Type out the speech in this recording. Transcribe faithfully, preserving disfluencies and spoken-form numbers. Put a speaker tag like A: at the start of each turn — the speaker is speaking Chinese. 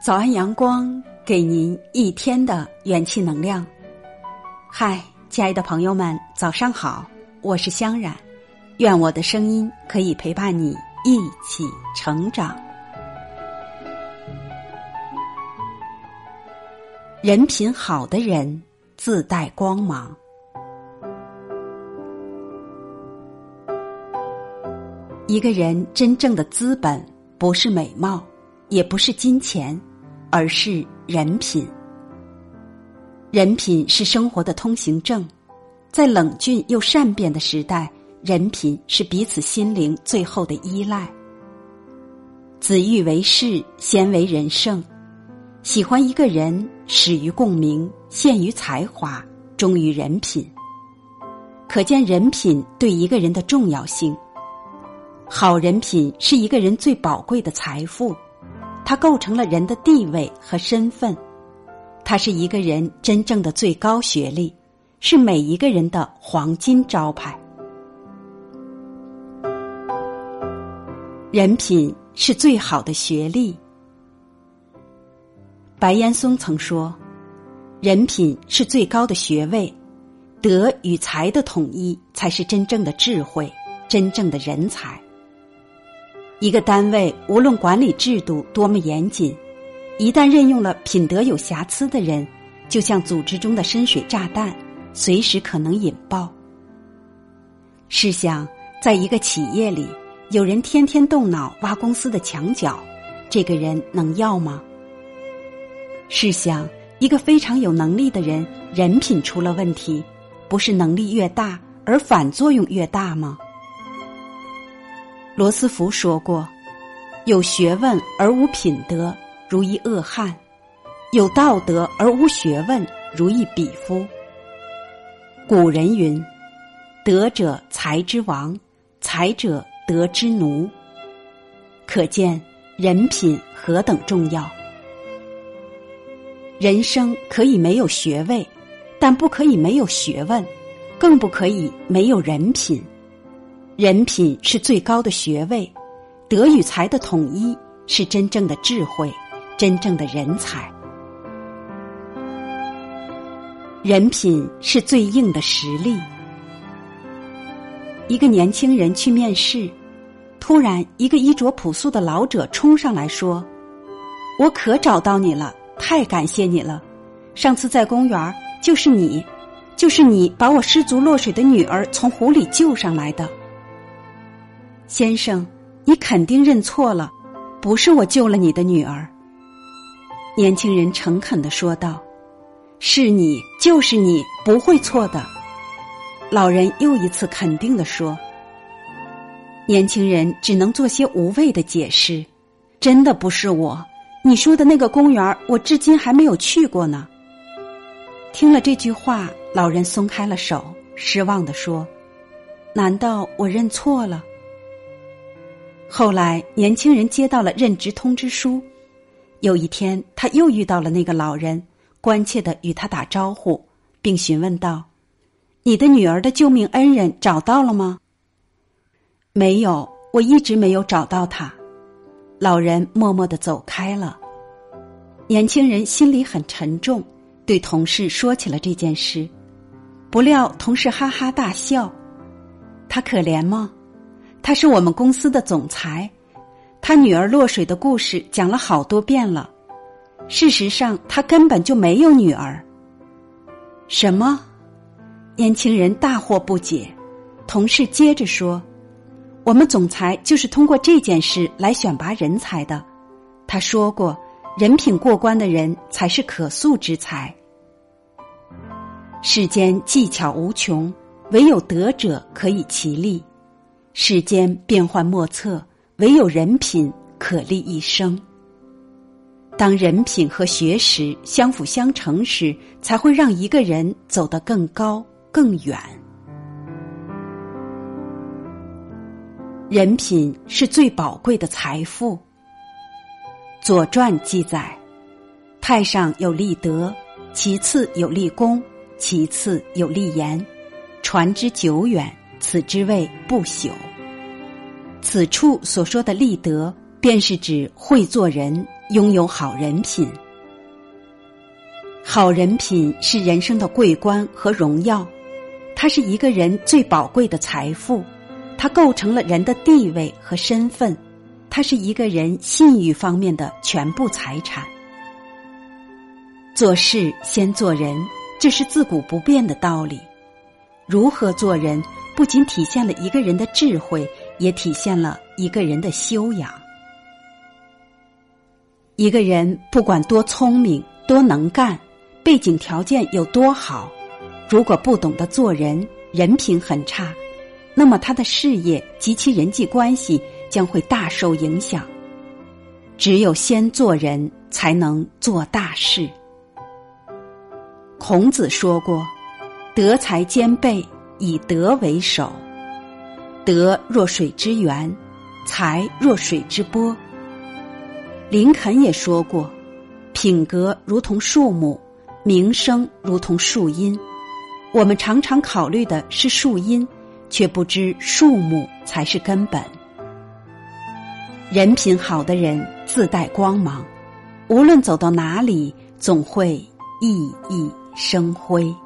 A: 早安阳光，给您一天的元气能量。嗨，亲爱的朋友们，早上好，我是香冉，愿我的声音可以陪伴你一起成长。人品好的人自带光芒。一个人真正的资本不是美貌，也不是金钱，而是人品。人品是生活的通行证，在冷峻又善变的时代，人品是彼此心灵最后的依赖。子欲为事，先为人圣。喜欢一个人，始于共鸣，陷于才华，忠于人品。可见人品对一个人的重要性。好人品是一个人最宝贵的财富，它构成了人的地位和身份，它是一个人真正的最高学历，是每一个人的黄金招牌。人品是最好的学历。白岩松曾说，人品是最高的学位，德与才的统一才是真正的智慧，真正的人才。一个单位无论管理制度多么严谨，一旦任用了品德有瑕疵的人，就像组织中的深水炸弹，随时可能引爆。试想，在一个企业里，有人天天动脑挖公司的墙角，这个人能要吗？试想，一个非常有能力的人，人品出了问题，不是能力越大而反作用越大吗？罗斯福说过，有学问而无品德，如一恶汉；有道德而无学问，如一鄙夫。古人云，德者才之王，才者德之奴。可见人品何等重要。人生可以没有学位，但不可以没有学问，更不可以没有人品。人品是最高的学位，德与才的统一是真正的智慧，真正的人才。人品是最硬的实力。一个年轻人去面试，突然一个衣着朴素的老者冲上来说，我可找到你了，太感谢你了，上次在公园就是你就是你把我失足落水的女儿从湖里救上来的。先生，你肯定认错了，不是我救了你的女儿。年轻人诚恳地说道，是你，就是你，不会错的。老人又一次肯定地说。年轻人只能做些无谓的解释，真的不是我，你说的那个公园我至今还没有去过呢。听了这句话，老人松开了手，失望地说，难道我认错了？后来年轻人接到了任职通知书，有一天他又遇到了那个老人，关切地与他打招呼，并询问道，你的女儿的救命恩人找到了吗？没有，我一直没有找到她。老人默默地走开了。年轻人心里很沉重，对同事说起了这件事，不料同事哈哈大笑，他可怜吗？他是我们公司的总裁，他女儿落水的故事讲了好多遍了，事实上他根本就没有女儿。什么？年轻人大惑不解。同事接着说，我们总裁就是通过这件事来选拔人才的，他说过，人品过关的人才是可塑之才。世间技巧无穷，唯有德者可以其力。世间变幻莫测，唯有人品可立一生。当人品和学识相辅相成时，才会让一个人走得更高更远。人品是最宝贵的财富。左传记载，太上有立德，其次有立功，其次有立言，传之久远，此之谓不朽。此处所说的立德，便是指会做人、 拥有好人品。好人品是人生的桂冠和荣耀，它是一个人最宝贵的财富，它构成了人的地位和身份，它是一个人信誉方面的全部财产。做事先做人，这是自古不变的道理。如何做人，不仅体现了一个人的智慧，也体现了一个人的修养。一个人不管多聪明、多能干，背景条件有多好，如果不懂得做人，人品很差，那么他的事业及其人际关系将会大受影响。只有先做人，才能做大事。孔子说过，德才兼备，以德为首。德若水之源，才若水之波。林肯也说过，品格如同树木，名声如同树荫。我们常常考虑的是树荫，却不知树木才是根本。人品好的人自带光芒，无论走到哪里，总会熠熠生辉。